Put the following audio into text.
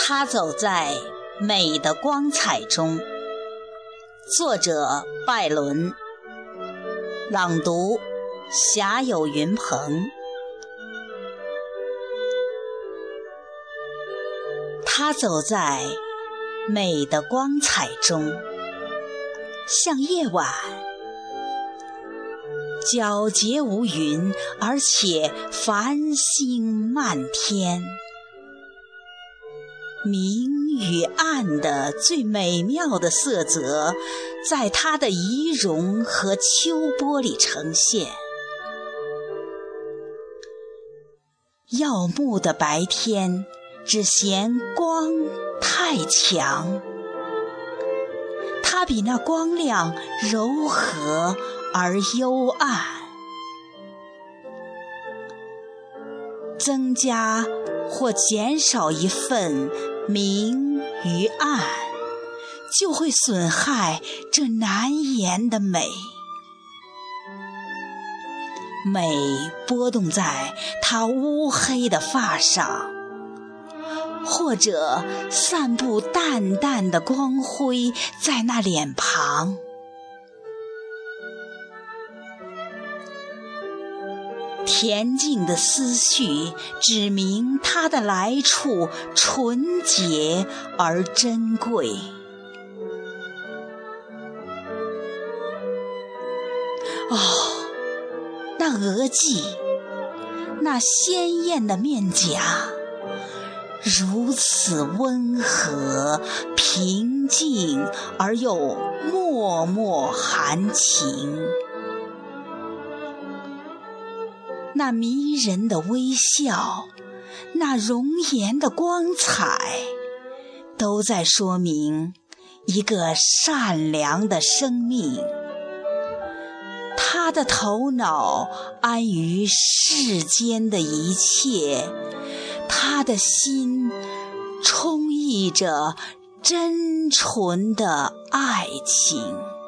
他走在美的光彩中。作者拜伦，朗读霞有云鹏。他走在美的光彩中，像夜晚，皎洁无云，而且繁星漫天。明与暗的最美妙的色泽，在它的仪容和秋波里呈现。耀目的白天只嫌光太强，它比那光亮柔和而幽暗，增加或减少一份明与暗，就会损害这难言的美。美波动在它乌黑的发上，或者散布淡淡的光辉在那脸庞。恬静的思绪指明它的来处纯洁而珍贵。那额髻，那鲜艳的面颊，如此温和平静而又脉脉含情。那迷人的微笑，那容颜的光彩，都在说明一个善良的生命。他的头脑安于世间的一切，他的心充溢着真纯的爱情。